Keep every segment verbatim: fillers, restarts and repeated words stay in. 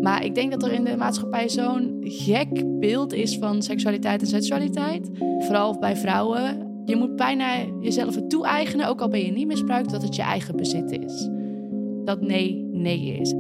Maar ik denk dat er in de maatschappij zo'n gek beeld is van seksualiteit en sensualiteit. Vooral bij vrouwen. Je moet bijna jezelf het toe-eigenen, ook al ben je niet misbruikt, dat het je eigen bezit is. Dat nee, nee is.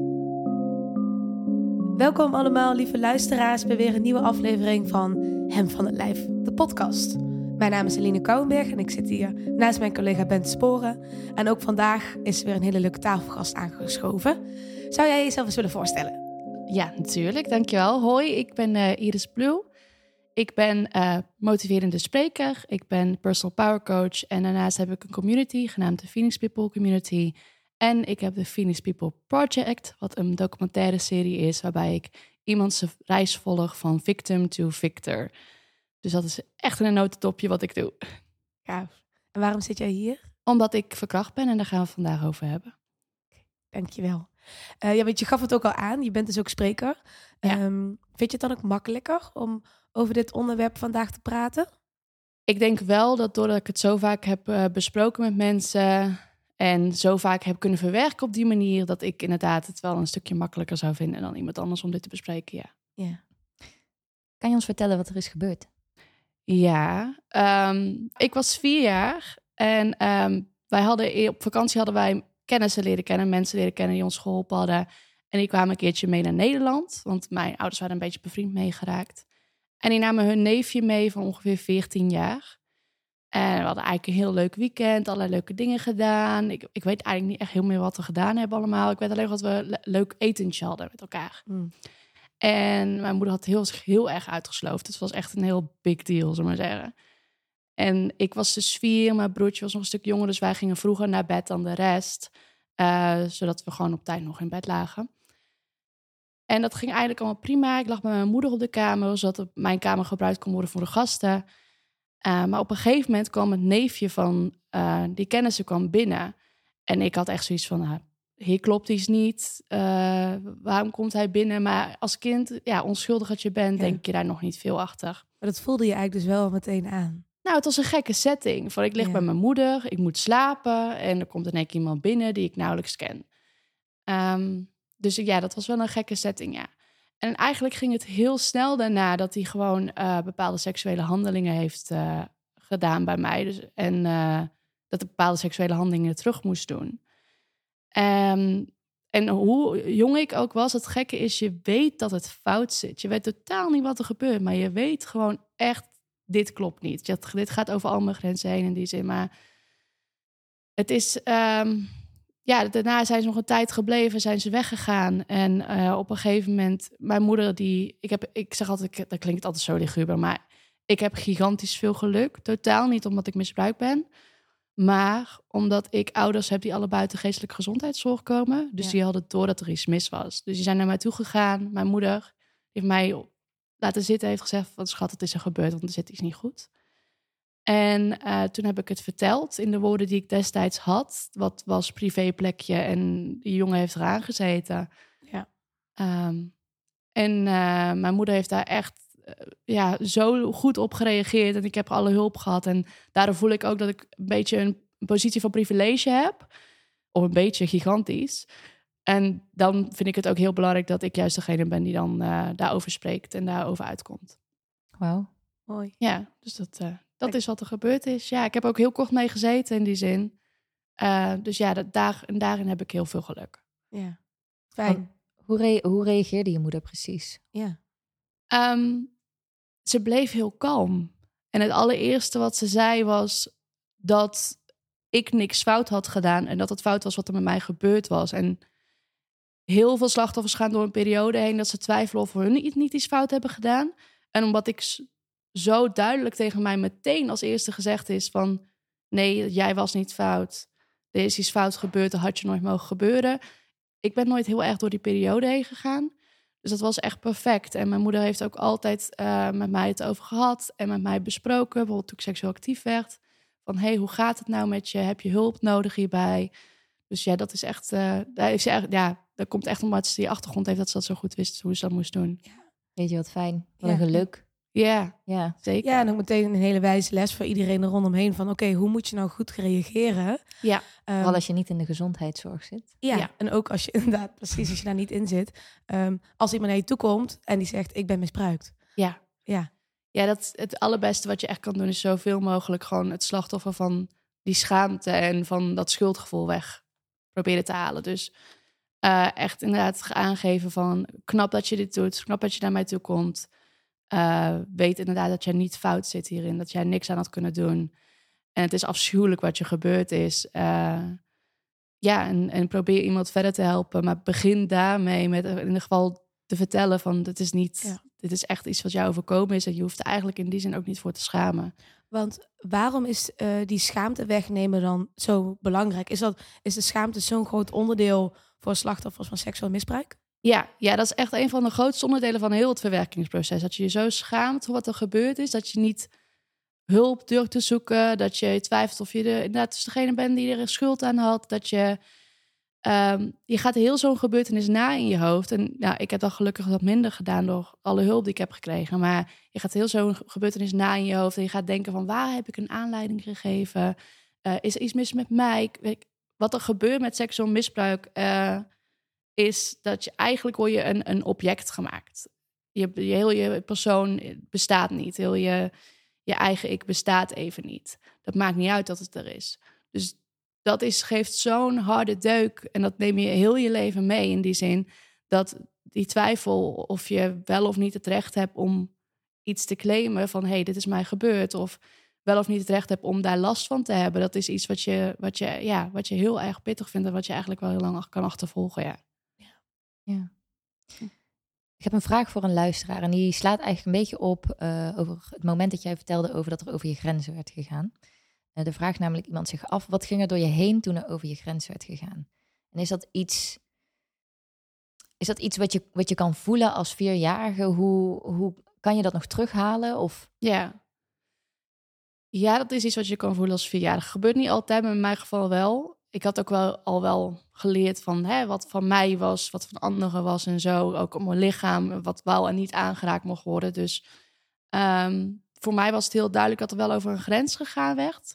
Welkom allemaal, lieve luisteraars, bij weer een nieuwe aflevering van Hem van het Lijf, de podcast. Mijn naam is Eline Kouwenberg en ik zit hier naast mijn collega Bente Sporen. En ook vandaag is er weer een hele leuke tafelgast aangeschoven. Zou jij jezelf eens willen voorstellen? Ja, natuurlijk. Dankjewel. Hoi, ik ben uh, Iris Pluw. Ik ben uh, motiverende spreker. Ik ben personal power coach. En daarnaast heb ik een community genaamd de Phoenix People Community. En ik heb de Phoenix People Project, wat een documentaire serie is waarbij ik iemands reis volg van victim to victor. Dus dat is echt een notendopje wat ik doe. Gaaf. En waarom zit jij hier? Omdat ik verkracht ben en daar gaan we het vandaag over hebben. Dankjewel. Uh, ja, want je gaf het ook al aan, je bent dus ook spreker. Ja. Um, vind je het dan ook makkelijker om over dit onderwerp vandaag te praten? Ik denk wel dat doordat ik het zo vaak heb uh, besproken met mensen en zo vaak heb kunnen verwerken op die manier, dat ik inderdaad het wel een stukje makkelijker zou vinden dan iemand anders om dit te bespreken, ja. Ja. Kan je ons vertellen wat er is gebeurd? Ja, um, ik was vier jaar en um, wij hadden op vakantie hadden wij kennissen leren kennen, mensen leren kennen die ons geholpen hadden. En die kwamen een keertje mee naar Nederland, want mijn ouders waren een beetje bevriend meegeraakt. En die namen hun neefje mee van ongeveer veertien jaar. En we hadden eigenlijk een heel leuk weekend, allerlei leuke dingen gedaan. Ik, ik weet eigenlijk niet echt heel meer wat we gedaan hebben allemaal. Ik weet alleen dat we le- leuk etentje hadden met elkaar. Mm. En mijn moeder had heel, zich heel erg uitgesloofd. Het was echt een heel big deal, zullen we maar zeggen. En ik was dus vier, mijn broertje was nog een stuk jonger, dus wij gingen vroeger naar bed dan de rest. Uh, zodat we gewoon op tijd nog in bed lagen. En dat ging eigenlijk allemaal prima. Ik lag bij mijn moeder op de kamer, zodat mijn kamer gebruikt kon worden voor de gasten. Uh, maar op een gegeven moment kwam het neefje van uh, die kennissen kwam binnen. En ik had echt zoiets van, nou, hier klopt iets niet. Uh, waarom komt hij binnen? Maar als kind, ja, onschuldig als je bent, ja, denk je daar nog niet veel achter. Maar dat voelde je eigenlijk dus wel meteen aan. Nou, het was een gekke setting. Van, ik lig ja. bij mijn moeder, ik moet slapen en er komt in één keer iemand binnen die ik nauwelijks ken. Um, dus ja, dat was wel een gekke setting, ja. En eigenlijk ging het heel snel daarna dat hij gewoon uh, bepaalde seksuele handelingen heeft uh, gedaan bij mij. Dus, en uh, dat hij bepaalde seksuele handelingen terug moest doen. Um, en hoe jong ik ook was, het gekke is, je weet dat het fout zit. Je weet totaal niet wat er gebeurt, maar je weet gewoon echt, dit klopt niet. Je, dit gaat over al mijn grenzen heen in die zin. Maar het is, um, ja, daarna zijn ze nog een tijd gebleven, zijn ze weggegaan. En uh, op een gegeven moment, mijn moeder die, ik heb, ik zeg altijd, dat klinkt altijd zo liguber, maar ik heb gigantisch veel geluk. Totaal niet omdat ik misbruikt ben, maar omdat ik ouders heb die allebei uit de geestelijke gezondheidszorg komen. Dus ja. Die hadden door dat er iets mis was. Dus die zijn naar mij toe gegaan. Mijn moeder heeft mij laten zitten, heeft gezegd van, schat, het is er gebeurd, want er zit iets niet goed. En uh, toen heb ik het verteld in de woorden die ik destijds had. Wat was privéplekje en die jongen heeft eraan gezeten. Ja. Um, en uh, mijn moeder heeft daar echt uh, ja, zo goed op gereageerd. En ik heb alle hulp gehad. En daardoor voel ik ook dat ik een beetje een positie van privilege heb. Of een beetje gigantisch. En dan vind ik het ook heel belangrijk dat ik juist degene ben die dan uh, daarover spreekt en daarover uitkomt. Wauw. Mooi. Ja, dus dat... Uh, Dat is wat er gebeurd is. Ja, ik heb ook heel kort mee gezeten in die zin. Uh, dus ja, dat, daar, en daarin heb ik heel veel geluk. Ja, fijn. Oh, hoe, re- hoe reageerde je moeder precies? Ja. Um, ze bleef heel kalm. En het allereerste wat ze zei was dat ik niks fout had gedaan. En dat het fout was wat er met mij gebeurd was. En heel veel slachtoffers gaan door een periode heen dat ze twijfelen of hun niet, niet iets fout hebben gedaan. En omdat ik zo duidelijk tegen mij meteen als eerste gezegd is van, nee, jij was niet fout. Er is iets fout gebeurd, dat had je nooit mogen gebeuren. Ik ben nooit heel erg door die periode heen gegaan. Dus dat was echt perfect. En mijn moeder heeft ook altijd uh, met mij het over gehad en met mij besproken, bijvoorbeeld toen ik seksueel actief werd. Van, hé, hey, hoe gaat het nou met je? Heb je hulp nodig hierbij? Dus ja, dat is echt, uh, daar heeft ze echt, ja, dat komt echt omdat ze die achtergrond heeft dat ze dat zo goed wist hoe ze dat moest doen. Ja. Weet je wat fijn? Wat ja. een geluk. Ja, Ja. zeker. Ja, en ook meteen een hele wijze les voor iedereen er rondomheen. Van oké, okay, hoe moet je nou goed reageren? Ja. Um, Vooral als je niet in de gezondheidszorg zit. Ja, Ja. en ook als je inderdaad, precies als je daar niet in zit. Um, als iemand naar je toe komt en die zegt, ik ben misbruikt. Ja. Ja. Ja, dat het allerbeste wat je echt kan doen is zoveel mogelijk gewoon het slachtoffer van die schaamte en van dat schuldgevoel weg proberen te halen. Dus uh, echt inderdaad aangeven van knap dat je dit doet, knap dat je naar mij toe komt. Uh, weet inderdaad dat jij niet fout zit hierin, dat jij niks aan had kunnen doen. En het is afschuwelijk wat je gebeurd is. Uh, ja, en, en probeer iemand verder te helpen, maar begin daarmee met in ieder geval te vertellen van dit is niet, ja. dit is echt iets wat jou overkomen is en je hoeft er eigenlijk in die zin ook niet voor te schamen. Want waarom is uh, die schaamte wegnemen dan zo belangrijk? Is, dat, is de schaamte zo'n groot onderdeel voor slachtoffers van seksueel misbruik? Ja, ja, dat is echt een van de grootste onderdelen van heel het verwerkingsproces. Dat je je zo schaamt voor wat er gebeurd is, dat je niet hulp durft te zoeken, dat je twijfelt of je de, inderdaad dus degene bent die er schuld aan had, dat je um, je gaat heel zo'n gebeurtenis na in je hoofd. En nou, ik heb dat gelukkig wat minder gedaan door alle hulp die ik heb gekregen, maar je gaat heel zo'n gebeurtenis na in je hoofd en je gaat denken van waar heb ik een aanleiding gegeven? Uh, is er iets mis met mij? Ik, wat er gebeurt met seksueel misbruik uh, is dat je eigenlijk word je een, een object gemaakt. Je, je, heel je persoon bestaat niet. Heel je, je eigen ik bestaat even niet. Dat maakt niet uit dat het er is. Dus dat is, geeft zo'n harde deuk. En dat neem je heel je leven mee in die zin. Dat die twijfel of je wel of niet het recht hebt om iets te claimen van hé, hey, dit is mij gebeurd. Of wel of niet het recht hebt om daar last van te hebben. Dat is iets wat je, wat je, ja, wat je heel erg pittig vindt en wat je eigenlijk wel heel lang kan achtervolgen. Ja. Ja. Ik heb een vraag voor een luisteraar en die slaat eigenlijk een beetje op uh, over het moment dat jij vertelde over dat er over je grenzen werd gegaan. Uh, de vraagt namelijk iemand zich af, wat ging er door je heen toen er over je grens werd gegaan? En is dat iets, is dat iets wat je, wat je kan voelen als vierjarige? Hoe, hoe kan je dat nog terughalen? Of? Ja. ja, dat is iets wat je kan voelen als vierjarige. Gebeurt niet altijd, maar in mijn geval wel. Ik had ook wel al wel geleerd van hè, wat van mij was, wat van anderen was en zo. Ook op mijn lichaam, wat wel en niet aangeraakt mocht worden. Dus um, voor mij was het heel duidelijk dat er wel over een grens gegaan werd.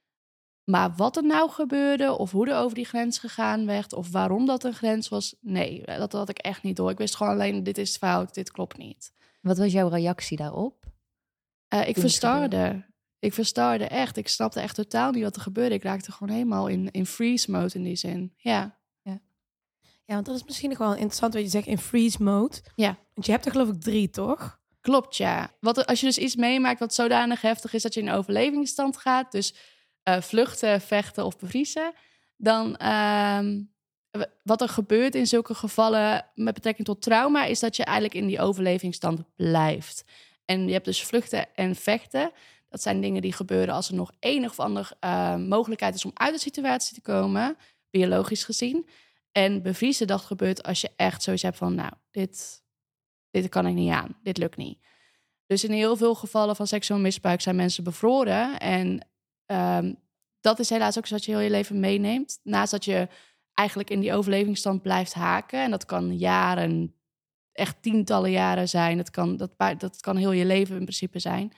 Maar wat er nou gebeurde, of hoe er over die grens gegaan werd, of waarom dat een grens was, nee, dat had ik echt niet door. Ik wist gewoon alleen, dit is fout, dit klopt niet. Wat was jouw reactie daarop? Uh, ik verstarde. Ik verstarde echt. Ik snapte echt totaal niet wat er gebeurde. Ik raakte gewoon helemaal in, in freeze mode in die zin. Ja. ja. Ja, want dat is misschien nog wel interessant wat je zegt in freeze mode. Ja. Want je hebt er geloof ik drie, toch? Klopt, ja. Wat, als je dus iets meemaakt wat zodanig heftig is dat je in overlevingsstand gaat, dus uh, vluchten, vechten of bevriezen, dan uh, wat er gebeurt in zulke gevallen met betrekking tot trauma is dat je eigenlijk in die overlevingsstand blijft. En je hebt dus vluchten en vechten. Dat zijn dingen die gebeuren als er nog enig of andere uh, mogelijkheid is om uit de situatie te komen, biologisch gezien. En bevriezen, dat gebeurt als je echt zoiets hebt van, nou, dit, dit kan ik niet aan, dit lukt niet. Dus in heel veel gevallen van seksueel misbruik zijn mensen bevroren. En um, dat is helaas ook zo wat je heel je leven meeneemt. Naast dat je eigenlijk in die overlevingsstand blijft haken. En dat kan jaren, echt tientallen jaren zijn. Dat kan, dat, dat kan heel je leven in principe zijn.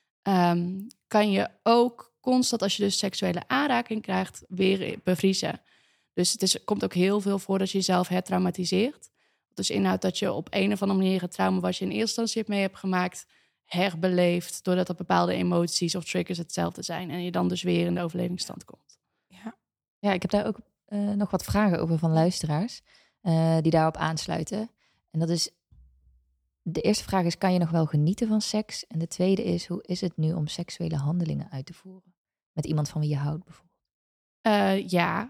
Um, kan je ook constant, als je dus seksuele aanraking krijgt, weer bevriezen. Dus het is, komt ook heel veel voor dat je jezelf hertraumatiseert. Dus inhoudt dat je op een of andere manier het trauma wat je in eerste instantie mee hebt gemaakt, herbeleeft, doordat er bepaalde emoties of triggers hetzelfde zijn. En je dan dus weer in de overlevingsstand komt. Ja, ja ik heb daar ook uh, nog wat vragen over van luisteraars uh, die daarop aansluiten. En dat is, de eerste vraag is, kan je nog wel genieten van seks? En de tweede is, hoe is het nu om seksuele handelingen uit te voeren? Met iemand van wie je houdt bijvoorbeeld. Uh, ja.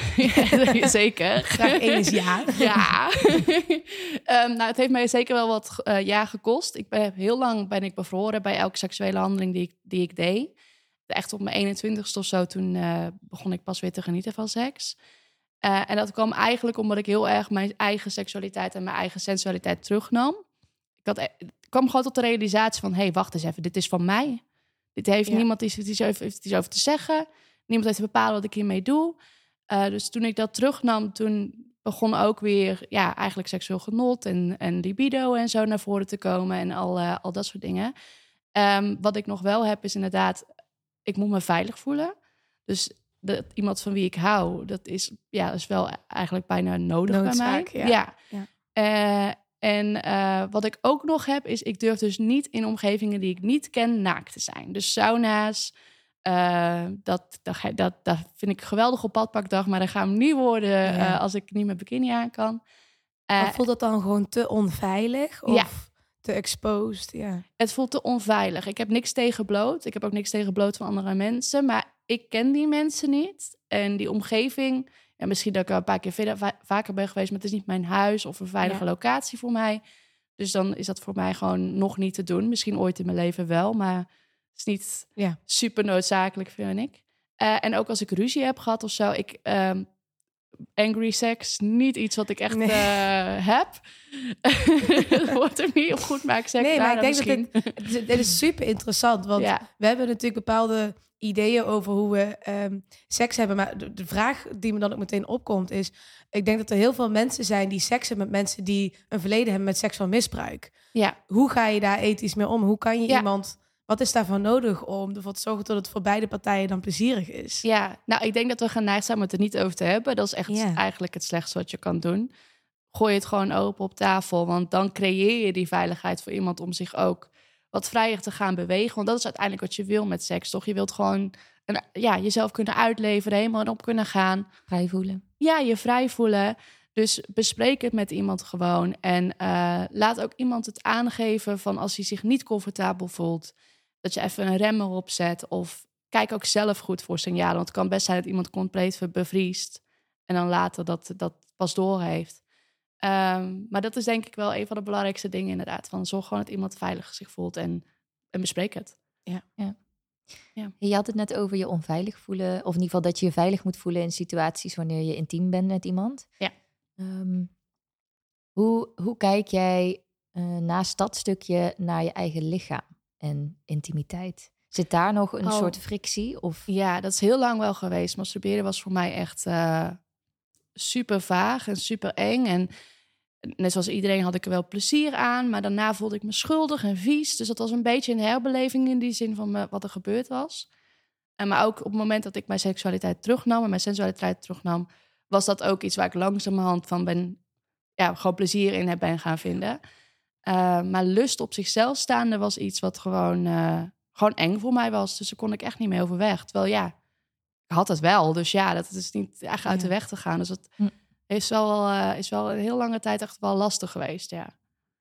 Ja, zeker. Vraag één is ja. Ja. um, nou, het heeft mij zeker wel wat uh, jaar gekost. Ik ben, heel lang ben ik bevroren bij elke seksuele handeling die ik, die ik deed. Echt op mijn eenentwintigste of zo, toen uh, begon ik pas weer te genieten van seks. Uh, en dat kwam eigenlijk omdat ik heel erg mijn eigen seksualiteit en mijn eigen sensualiteit terugnam. Ik, had, ik kwam gewoon tot de realisatie van, hé, hey, wacht eens even, dit is van mij. Dit heeft ja. niemand iets, iets, over, iets over te zeggen. Niemand heeft te bepalen wat ik hiermee doe. Uh, dus toen ik dat terugnam, toen begon ook weer ja, eigenlijk seksueel genot en, en libido en zo naar voren te komen en al, uh, al dat soort dingen. Um, wat ik nog wel heb is inderdaad, ik moet me veilig voelen. Dus de, iemand van wie ik hou, dat is, ja, is wel eigenlijk bijna nodig Noodzaak, bij mij. Ja. ja. ja. Uh, en uh, wat ik ook nog heb, is ik durf dus niet in omgevingen die ik niet ken naakt te zijn. Dus sauna's, uh, dat, dat, dat, dat vind ik geweldig op badpakdag, maar dat gaat hem niet worden ja. uh, als ik niet met bikini aan kan. Uh, of voelt dat dan gewoon te onveilig? Of ja. te exposed? Ja. Het voelt te onveilig. Ik heb niks tegen bloot. Ik heb ook niks tegen bloot van andere mensen, maar ik ken die mensen niet. En die omgeving, ja, misschien dat ik er een paar keer verder, va- vaker ben geweest, maar het is niet mijn huis of een veilige ja. locatie voor mij. Dus dan is dat voor mij gewoon nog niet te doen. Misschien ooit in mijn leven wel, maar het is niet ja. super noodzakelijk, vind ik. Uh, en ook als ik ruzie heb gehad of zo, ik... Um, angry sex, niet iets wat ik echt nee. uh, heb. Het wordt er niet op goed, maar ik zeg nee, maar ik denk misschien. dat dit, dit is super interessant, want ja. we hebben natuurlijk bepaalde ideeën over hoe we um, seks hebben, maar de, de vraag die me dan ook meteen opkomt is, ik denk dat er heel veel mensen zijn die seks hebben met mensen die een verleden hebben met seksueel misbruik. Ja. Hoe ga je daar ethisch mee om? Hoe kan je ja. iemand... Wat is daarvoor nodig om ervoor te zorgen dat het voor beide partijen dan plezierig is? Ja, nou, ik denk dat we geneigd zijn om het er niet over te hebben. Dat is echt ja. eigenlijk het slechtste wat je kan doen. Gooi het gewoon open op tafel, want dan creëer je die veiligheid voor iemand om zich ook wat vrijer te gaan bewegen. Want dat is uiteindelijk wat je wil met seks, toch? Je wilt gewoon een, ja, jezelf kunnen uitleveren, helemaal op kunnen gaan. Vrij voelen. Ja, je vrij voelen. Dus bespreek het met iemand gewoon. En uh, laat ook iemand het aangeven van als hij zich niet comfortabel voelt, dat je even een rem erop zet. Of kijk ook zelf goed voor signalen. Want het kan best zijn dat iemand compleet bevriest en dan later dat, dat pas doorheeft. Um, maar dat is denk ik wel een van de belangrijkste dingen inderdaad. Van zorg gewoon dat iemand veilig zich voelt en, en bespreek het. Ja. Ja. Ja. Je had het net over je onveilig voelen. Of in ieder geval dat je je veilig moet voelen in situaties wanneer je intiem bent met iemand. Ja. Um, hoe, hoe kijk jij uh, naast dat stukje naar je eigen lichaam en intimiteit? Zit daar nog een oh. soort frictie? Of? Ja, dat is heel lang wel geweest. Masturberen was voor mij echt uh, super vaag en super eng. En net zoals iedereen had ik er wel plezier aan. Maar daarna voelde ik me schuldig en vies. Dus dat was een beetje een herbeleving in die zin van me, wat er gebeurd was. En maar ook op het moment dat ik mijn seksualiteit terugnam en mijn sensualiteit terugnam, was dat ook iets waar ik langzamerhand van ben, ja, gewoon plezier in heb ben gaan vinden. Uh, maar lust op zichzelf staande was iets wat gewoon, uh, gewoon eng voor mij was. Dus daar kon ik echt niet mee overweg. Terwijl ja, ik had het wel. Dus ja, dat is niet echt uit ja. de weg te gaan. Dus dat hm. is, wel, uh, is wel een heel lange tijd echt wel lastig geweest, ja.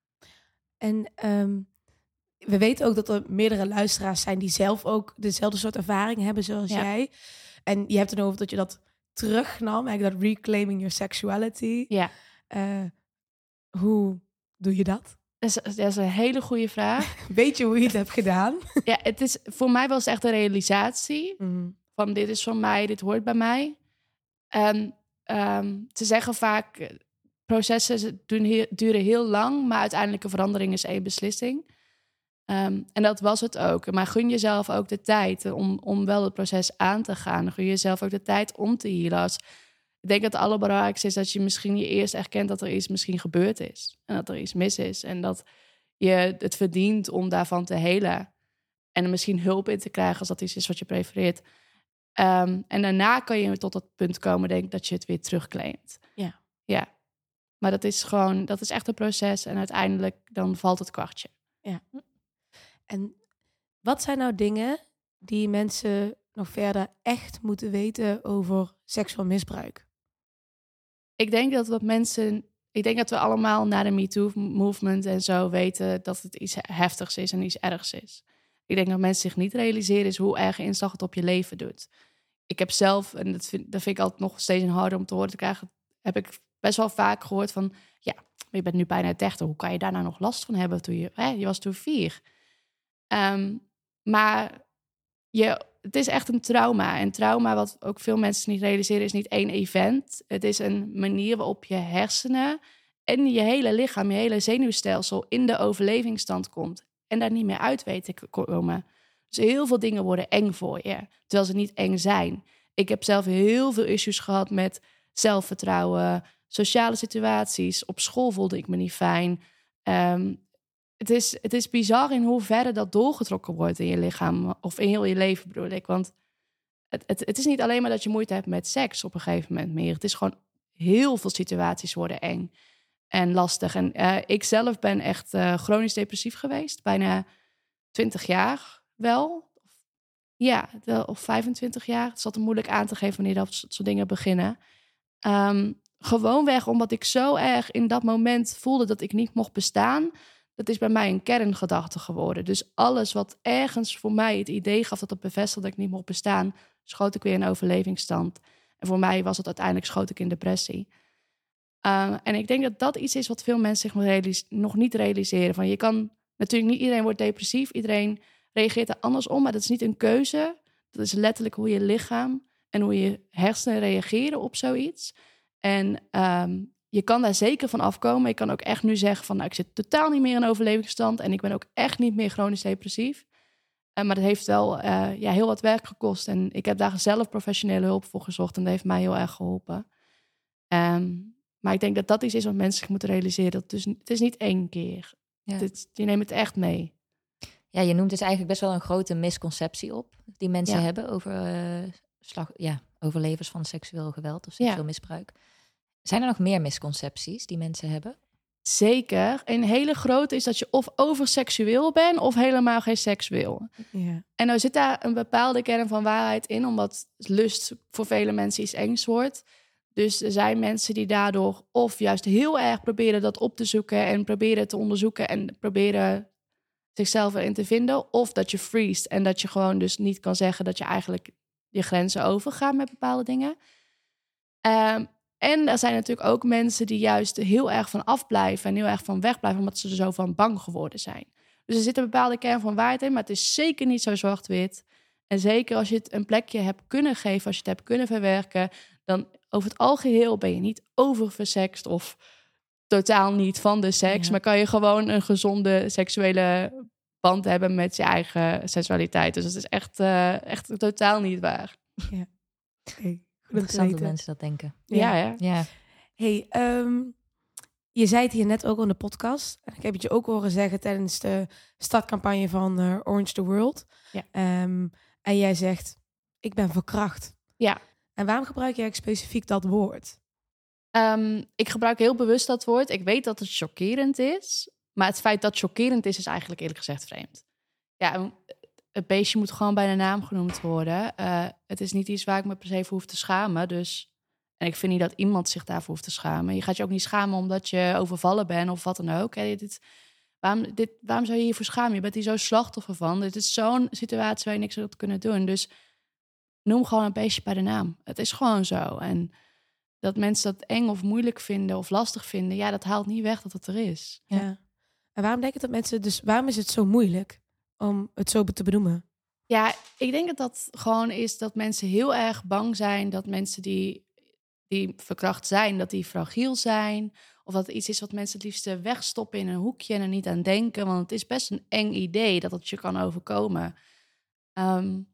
En um, we weten ook dat er meerdere luisteraars zijn die zelf ook dezelfde soort ervaring hebben zoals ja. jij. En je hebt het over dat je dat terugnam, eigenlijk dat reclaiming your sexuality. Ja. Uh, hoe doe je dat? Dat is, dat is een hele goede vraag. Weet je hoe je het hebt gedaan? Ja, het is, voor mij was het echt een realisatie. Mm. Van dit is van mij, dit hoort bij mij. En um, te zeggen vaak, processen duren heel lang, maar uiteindelijk een verandering is één beslissing. Um, en dat was het ook. Maar gun jezelf ook de tijd om, om wel het proces aan te gaan. Gun jezelf ook de tijd om te healen. Als, ik denk dat het allerbelangrijkste is dat je misschien je eerst erkent dat er iets misschien gebeurd is. En dat er iets mis is. En dat je het verdient om daarvan te helen. En er misschien hulp in te krijgen als dat iets is wat je prefereert. Um, en daarna kan je tot dat punt komen, denk ik, dat je het weer terugclaimt. Ja. Ja. Maar dat is gewoon, dat is echt een proces. En uiteindelijk dan valt het kwartje. Ja. En wat zijn nou dingen die mensen nog verder echt moeten weten over seksueel misbruik? Ik denk dat wat mensen, ik denk dat we allemaal na de MeToo-movement en zo weten dat het iets heftigs is en iets ergs is. Ik denk dat mensen zich niet realiseren is hoe erg inslag het op je leven doet. Ik heb zelf, en dat vind, dat vind ik altijd nog steeds een harder om te horen te krijgen, heb ik best wel vaak gehoord van, ja, je bent nu bijna dertig, hoe kan je daar nou nog last van hebben? Toen je, hè, je was toen vier. Um, maar je, het is echt een trauma. En trauma, wat ook veel mensen niet realiseren, is niet één event. Het is een manier waarop je hersenen en je hele lichaam, je hele zenuwstelsel in de overlevingsstand komt. En daar niet meer uit weet te komen. Dus heel veel dingen worden eng voor je, terwijl ze niet eng zijn. Ik heb zelf heel veel issues gehad met zelfvertrouwen, sociale situaties. Op school voelde ik me niet fijn. Um, het, is, het is bizar in hoeverre dat doorgetrokken wordt in je lichaam. Of in heel je leven bedoel ik. Want het, het, het is niet alleen maar dat je moeite hebt met seks op een gegeven moment meer. Het is gewoon heel veel situaties worden eng en lastig. En uh, ik zelf ben echt uh, chronisch depressief geweest. Bijna twintig jaar wel. Ja, of vijfentwintig jaar. Het is altijd moeilijk aan te geven wanneer dat soort dingen beginnen. Um, gewoonweg omdat ik zo erg in dat moment voelde dat ik niet mocht bestaan. Dat is bij mij een kerngedachte geworden. Dus alles wat ergens voor mij het idee gaf dat het bevestigde dat ik niet mocht bestaan, schoot ik weer in overlevingsstand. En voor mij was het uiteindelijk schoot ik in depressie. Uh, en ik denk dat dat iets is wat veel mensen zich nog, realis- nog niet realiseren. Van je kan natuurlijk niet iedereen wordt depressief, iedereen reageert er anders om, maar dat is niet een keuze. Dat is letterlijk hoe je lichaam en hoe je hersenen reageren op zoiets. En um, je kan daar zeker van afkomen. Ik kan ook echt nu zeggen van, nou, ik zit totaal niet meer in overlevingsstand en ik ben ook echt niet meer chronisch depressief. Uh, maar dat heeft wel uh, ja, heel wat werk gekost. En ik heb daar zelf professionele hulp voor gezocht en dat heeft mij heel erg geholpen. Um, maar ik denk dat dat iets is wat mensen zich moeten realiseren. Dat dus, het is niet één keer. Ja. Het, je neemt het echt mee. Ja, je noemt dus eigenlijk best wel een grote misconceptie op die mensen ja. hebben over, uh, slag, ja, overlevers van seksueel geweld of seksueel ja. misbruik. Zijn er nog meer misconcepties die mensen hebben? Zeker. Een hele grote is dat je of overseksueel bent of helemaal geen seks wil. Ja. En nou zit daar een bepaalde kern van waarheid in, omdat lust voor vele mensen iets engs wordt. Dus er zijn mensen die daardoor of juist heel erg proberen dat op te zoeken en proberen te onderzoeken en proberen zichzelf erin te vinden. Of dat je freest en dat je gewoon dus niet kan zeggen dat je eigenlijk je grenzen overgaat met bepaalde dingen. Um, en er zijn natuurlijk ook mensen die juist heel erg van afblijven en heel erg van wegblijven, omdat ze er zo van bang geworden zijn. Dus er zit een bepaalde kern van waarheid in, maar het is zeker niet zo zwart-wit. En zeker als je het een plekje hebt kunnen geven, als je het hebt kunnen verwerken, dan over het algeheel ben je niet overversext of totaal niet van de seks, ja. maar kan je gewoon een gezonde seksuele band hebben met je eigen seksualiteit. Dus het is echt, uh, echt totaal niet waar. Ja. Okay. Interessant dat mensen dat denken. Ja, ja. ja. Hey, um, je zei het hier net ook in de podcast. En ik heb het je ook horen zeggen tijdens de startcampagne van uh, Orange the World. Ja. Um, en jij zegt, ik ben verkracht. Ja. En waarom gebruik jij specifiek dat woord? Um, ik gebruik heel bewust dat woord. Ik weet dat het chockerend is. Maar het feit dat het chockerend is, is eigenlijk eerlijk gezegd vreemd. Ja, het beestje moet gewoon bij de naam genoemd worden. Uh, het is niet iets waar ik me per se voor hoef te schamen. Dus, en ik vind niet dat iemand zich daarvoor hoeft te schamen. Je gaat je ook niet schamen omdat je overvallen bent of wat dan ook. Hey, dit, waarom, dit, waarom zou je hiervoor schamen? Je bent hier zo slachtoffer van. Dit is zo'n situatie waar je niks aan had kunnen doen. Dus noem gewoon een beestje bij de naam. Het is gewoon zo. En dat mensen dat eng of moeilijk vinden of lastig vinden, ja, dat haalt niet weg dat het er is. Ja. ja. En waarom denk je dat mensen, dus waarom is het zo moeilijk om het zo te benoemen? Ja, ik denk dat dat gewoon is dat mensen heel erg bang zijn dat mensen die, die verkracht zijn, dat die fragiel zijn. Of dat het iets is wat mensen het liefst wegstoppen in een hoekje en er niet aan denken. Want het is best een eng idee dat het je kan overkomen. Um,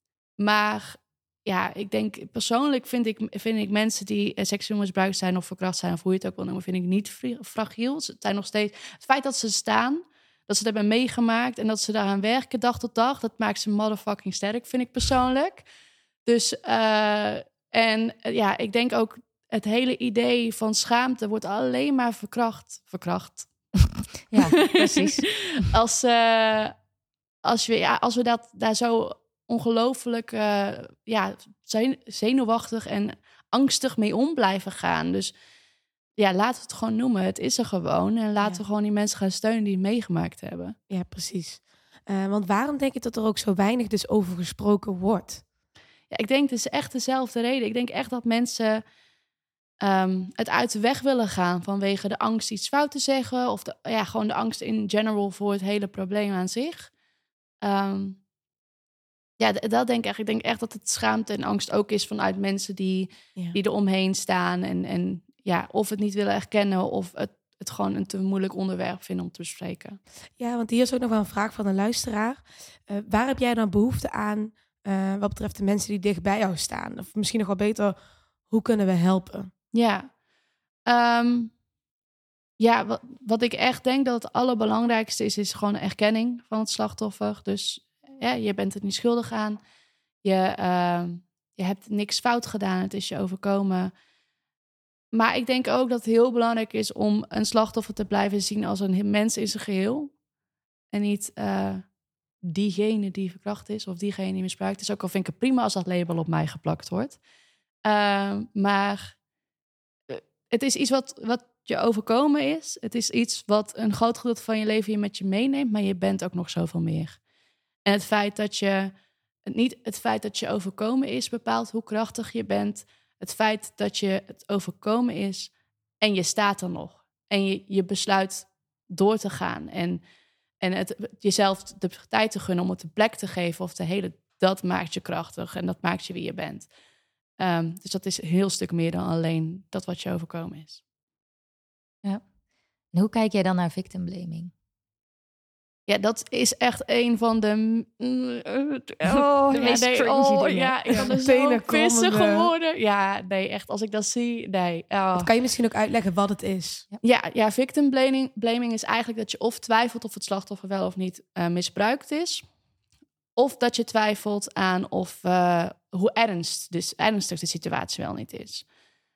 maar ja, ik denk persoonlijk vind ik, vind ik mensen die seksueel misbruikt zijn of verkracht zijn, of hoe je het ook wil noemen, vind ik niet fragiel. Ze zijn nog steeds, het feit dat ze staan, dat ze het hebben meegemaakt en dat ze daaraan werken dag tot dag, dat maakt ze motherfucking sterk, vind ik persoonlijk. Dus, uh, en uh, ja, ik denk ook het hele idee van schaamte wordt alleen maar verkracht. Verkracht. Ja, precies. als, uh, als, we, ja, als we dat daar zo ongelooflijk uh, ja, zenuwachtig en angstig mee om blijven gaan. Dus ja, laten we het gewoon noemen. Het is er gewoon. En laten ja. we gewoon die mensen gaan steunen die het meegemaakt hebben. Ja, precies. Uh, want waarom denk je dat er ook zo weinig dus over gesproken wordt? Ja, ik denk het is echt dezelfde reden. Ik denk echt dat mensen um, het uit de weg willen gaan vanwege de angst iets fout te zeggen. Of de, ja, gewoon de angst in general voor het hele probleem aan zich. Um, Ja, dat denk ik echt. Ik denk echt dat het schaamte en angst ook is vanuit mensen die, ja. die er omheen staan. En, en ja, of het niet willen erkennen of het, het gewoon een te moeilijk onderwerp vinden om te bespreken. Ja, want hier is ook nog wel een vraag van een luisteraar. Uh, waar heb jij dan behoefte aan uh, wat betreft de mensen die dicht bij jou staan? Of misschien nog wel beter, hoe kunnen we helpen? Ja, Um, ja, wat, wat ik echt denk dat het allerbelangrijkste is... is gewoon een erkenning van het slachtoffer. Dus ja, je bent er niet schuldig aan. Je, uh, je hebt niks fout gedaan. Het is je overkomen. Maar ik denk ook dat het heel belangrijk is... om een slachtoffer te blijven zien als een mens in zijn geheel. En niet uh, diegene die verkracht is of diegene die misbruikt is. Ook al vind ik het prima als dat label op mij geplakt wordt. Uh, maar uh, het is iets wat, wat je overkomen is. Het is iets wat een groot gedeelte van je leven je met je meeneemt. Maar je bent ook nog zoveel meer. En het feit dat je... Niet het feit dat je overkomen is bepaalt hoe krachtig je bent. Het feit dat je het overkomen is en je staat er nog. En je, je besluit door te gaan. En, en het, jezelf de tijd te gunnen om het de plek te geven of te helen. Dat maakt je krachtig en dat maakt je wie je bent. Um, dus dat is een heel stuk meer dan alleen dat wat je overkomen is. Ja. En hoe kijk jij dan naar victim blaming? Ja, dat is echt een van de... Oh, de ja, meest nee, cringy oh, dingen. ja, ik kan er zo pissig geworden. Ja, nee, echt, als ik dat zie, nee. Oh. Dat kan je misschien ook uitleggen wat het is? Ja, ja victim blaming, blaming is eigenlijk dat je of twijfelt of het slachtoffer wel of niet uh, misbruikt is. Of dat je twijfelt aan of uh, hoe ernst, dus ernstig de situatie wel niet is.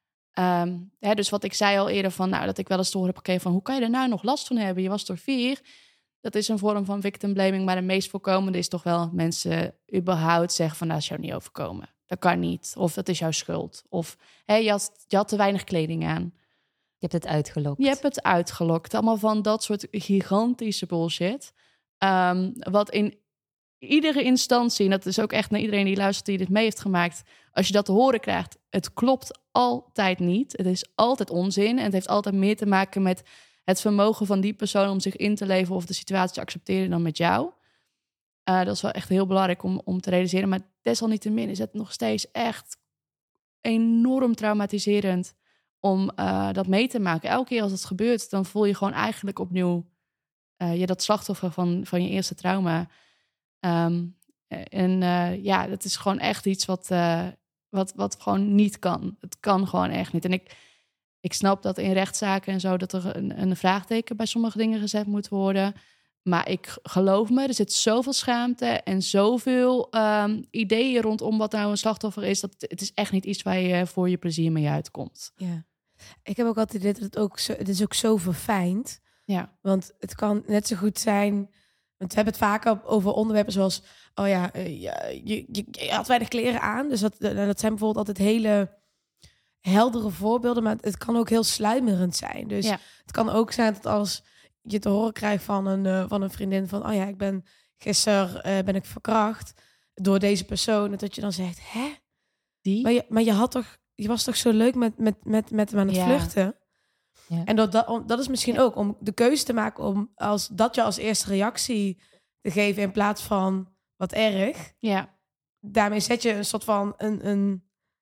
Um, hè, dus wat ik zei al eerder van, nou, dat ik wel eens te horen heb gekregen van, hoe kan je er nou nog last van hebben? Je was door vier. Dat is een vorm van victim blaming, maar de meest voorkomende is toch wel dat mensen überhaupt zeggen van, nou, dat is jou niet overkomen. Dat kan niet. Of dat is jouw schuld. Of hé, je, had, je had te weinig kleding aan. Je hebt het uitgelokt. Je hebt het uitgelokt. Allemaal van dat soort gigantische bullshit. Um, wat in iedere instantie, en dat is ook echt naar iedereen die luistert die dit mee heeft gemaakt, als je dat te horen krijgt, het klopt altijd niet. Het is altijd onzin en het heeft altijd meer te maken met het vermogen van die persoon om zich in te leven of de situatie te accepteren dan met jou. Uh, dat is wel echt heel belangrijk om, om te realiseren. Maar desalniettemin is het nog steeds echt enorm traumatiserend om uh, dat mee te maken. Elke keer als het gebeurt, dan voel je gewoon eigenlijk opnieuw uh, je dat slachtoffer van, van je eerste trauma. Um, en uh, ja, dat is gewoon echt iets wat, uh, wat, wat gewoon niet kan. Het kan gewoon echt niet. En ik, ik snap dat in rechtszaken en zo dat er een, een vraagteken bij sommige dingen gezet moet worden. Maar ik geloof me, er zit zoveel schaamte en zoveel um, ideeën rondom wat nou een slachtoffer is. Dat het is echt niet iets waar je voor je plezier mee uitkomt. Ja. Ik heb ook altijd dit, het ook zo, het is ook zo verfijnd. Ja. Want het kan net zo goed zijn. Want we hebben het vaker over onderwerpen zoals, oh ja, uh, ja je, je, je had weinig kleren aan. Dus dat, dat zijn bijvoorbeeld altijd hele heldere voorbeelden, maar het kan ook heel sluimerend zijn. Dus ja. Het kan ook zijn dat als je te horen krijgt van een, uh, van een vriendin van, oh ja, ik ben gisteren uh, ben ik verkracht door deze persoon. Dat je dan zegt, hè? Die? Maar je, maar je had toch, je was toch zo leuk met, met, met, met hem aan het ja. vluchten? Ja. En dat, dat, dat is misschien ja. ook om de keuze te maken om als dat je als eerste reactie te geven in plaats van wat erg. Ja. Daarmee zet je een soort van een, een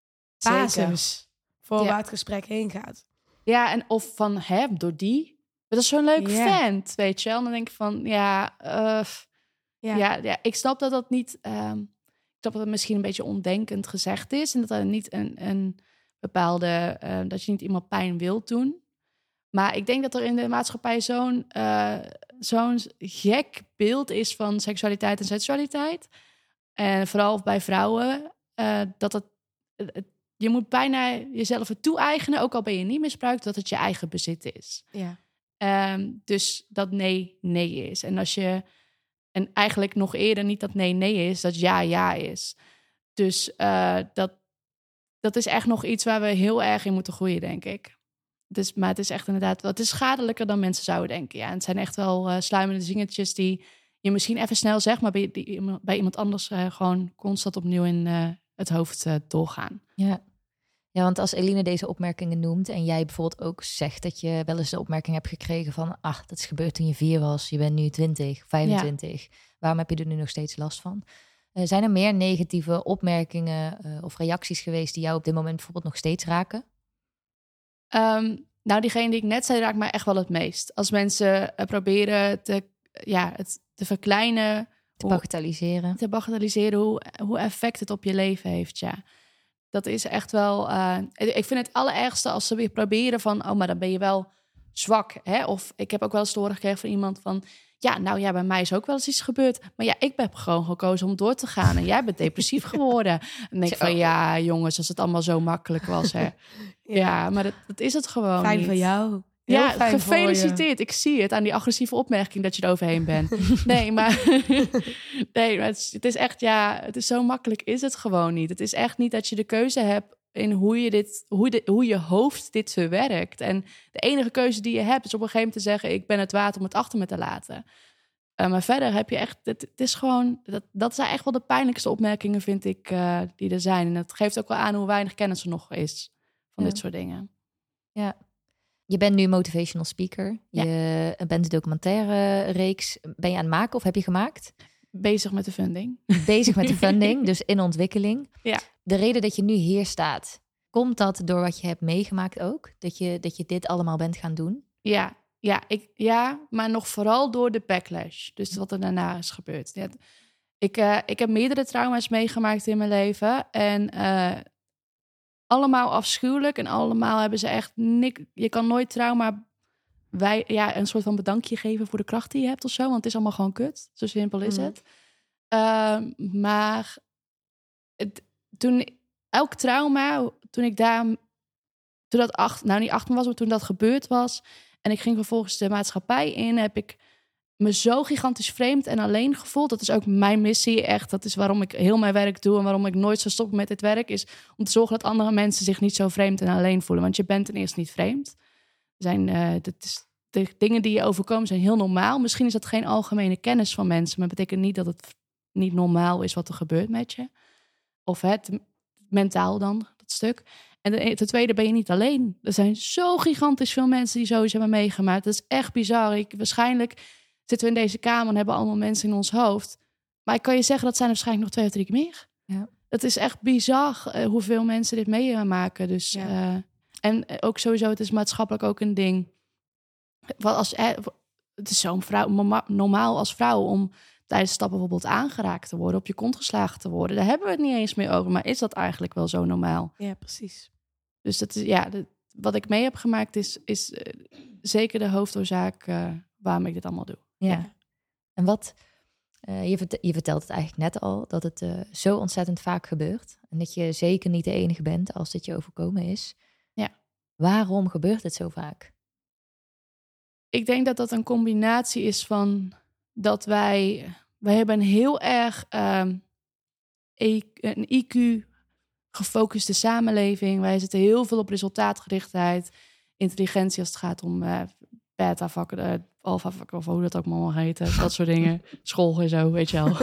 basis voor ja. waar het gesprek heen gaat. Ja, en of van hem door die. Dat is zo'n leuk ja. vent, weet je wel. Dan denk ik van, ja, uh, ja. Ja, ja, ik snap dat dat niet, um, ik snap dat het misschien een beetje ondenkend gezegd is en dat er niet een, een bepaalde, uh, dat je niet iemand pijn wilt doen. Maar ik denk dat er in de maatschappij zo'n, uh, zo'n gek beeld is van seksualiteit en sensualiteit. En vooral bij vrouwen, uh, dat het, het, je moet bijna jezelf het toe-eigenen, ook al ben je niet misbruikt, dat het je eigen bezit is. Ja. Um, dus dat nee, nee is. En als je, en eigenlijk nog eerder niet dat nee, nee is, dat ja, ja is. Dus uh, dat, dat is echt nog iets waar we heel erg in moeten groeien, denk ik. Dus, maar het is echt inderdaad, het is schadelijker dan mensen zouden denken. Ja, en het zijn echt wel uh, sluimende zingetjes die je misschien even snel zegt, maar bij, die, bij iemand anders uh, gewoon constant opnieuw in uh, het hoofd uh, doorgaan. Ja. Ja, want als Eline deze opmerkingen noemt en jij bijvoorbeeld ook zegt dat je wel eens de opmerking hebt gekregen van, ach, dat is gebeurd toen je vier was, je bent nu twintig, vijfentwintig. Ja. Waarom heb je er nu nog steeds last van? Uh, zijn er meer negatieve opmerkingen uh, of reacties geweest die jou op dit moment bijvoorbeeld nog steeds raken? Um, nou, diegene die ik net zei raakt mij echt wel het meest. Als mensen uh, proberen te, ja, het te verkleinen. Te bagatelliseren. Hoe, te bagatelliseren hoe, hoe effect het op je leven heeft, ja. Dat is echt wel... Uh, ik vind het allerergste als ze weer proberen van... oh, maar dan ben je wel zwak. Hè? Of ik heb ook wel eens te horen gekregen van iemand van... ja, nou ja, bij mij is ook wel eens iets gebeurd. Maar ja, ik heb gewoon gekozen om door te gaan. En jij bent depressief geworden. En denk ik van, ja, jongens, als het allemaal zo makkelijk was. Hè. Ja. ja, maar dat, dat is het gewoon Fijn niet. van jou. Heel ja, gefeliciteerd. Ik zie het aan die agressieve opmerking dat je er overheen bent. Nee, maar, nee, maar het, is, het is echt, ja, het is zo makkelijk is het gewoon niet. Het is echt niet dat je de keuze hebt in hoe je, dit, hoe, de, hoe je hoofd dit verwerkt. En de enige keuze die je hebt is op een gegeven moment te zeggen... ik ben het waard om het achter me te laten. Uh, maar verder heb je echt... Het, het is gewoon... Dat, dat zijn echt wel de pijnlijkste opmerkingen, vind ik, uh, die er zijn. En dat geeft ook wel aan hoe weinig kennis er nog is van ja. dit soort dingen. Ja. Je bent nu motivational speaker. Ja. Je bent de documentaire reeks. Ben je aan het maken of heb je gemaakt? Bezig met de funding. Bezig met de funding, dus in ontwikkeling. Ja. De reden dat je nu hier staat, komt dat door wat je hebt meegemaakt ook? Dat je, dat je dit allemaal bent gaan doen? Ja, ja, ik, ja, maar nog vooral door de backlash. Dus wat er daarna is gebeurd. Ja, ik, uh, ik heb meerdere trauma's meegemaakt in mijn leven. En uh, allemaal afschuwelijk. En allemaal hebben ze echt... Nik, je kan nooit trauma... Wij, ja, een soort van bedankje geven voor de kracht die je hebt of zo. Want het is allemaal gewoon kut. Zo simpel is mm. het. Uh, maar het, toen elk trauma, toen ik daar... Toen dat acht, nou niet acht was, maar toen dat gebeurd was... en ik ging vervolgens de maatschappij in... heb ik me zo gigantisch vreemd en alleen gevoeld. Dat is ook mijn missie, echt. Dat is waarom ik heel mijn werk doe... en waarom ik nooit zou stoppen met dit werk... is om te zorgen dat andere mensen zich niet zo vreemd en alleen voelen. Want je bent ten eerste niet vreemd. Zijn, uh, dat is, de dingen die je overkomen zijn heel normaal. Misschien is dat geen algemene kennis van mensen... maar dat betekent niet dat het niet normaal is wat er gebeurt met je. Of het mentaal dan, dat stuk... En ten tweede ben je niet alleen. Er zijn zo gigantisch veel mensen die zoiets hebben meegemaakt. Dat is echt bizar. Ik, waarschijnlijk zitten we in deze kamer en hebben allemaal mensen in ons hoofd. Maar ik kan je zeggen, dat zijn er waarschijnlijk nog twee of drie keer meer. Ja. Het is echt bizar uh, hoeveel mensen dit meemaken. Dus, ja. uh, en ook sowieso, het is maatschappelijk ook een ding. Wat als, uh, het is zo vrouw, normaal als vrouw om tijdens stappen bijvoorbeeld aangeraakt te worden, op je kont geslagen te worden. Daar hebben we het niet eens meer over. Maar is dat eigenlijk wel zo normaal? Ja, precies. Dus dat is, ja, de, wat ik mee heb gemaakt is, is uh, zeker de hoofdoorzaak uh, waarom ik dit allemaal doe. Ja. ja. En wat, uh, je, vert, je vertelt het eigenlijk net al, dat het uh, zo ontzettend vaak gebeurt. En dat je zeker niet de enige bent als dit je overkomen is. Ja. Waarom gebeurt het zo vaak? Ik denk dat dat een combinatie is van dat wij, wij hebben een heel erg uh, e, een I Q gefocuste samenleving. Wij zitten heel veel op resultaatgerichtheid, intelligentie als het gaat om uh, beta-vakken, uh, alpha-vakken of hoe dat ook allemaal heet, dat soort dingen, school en zo, weet je wel.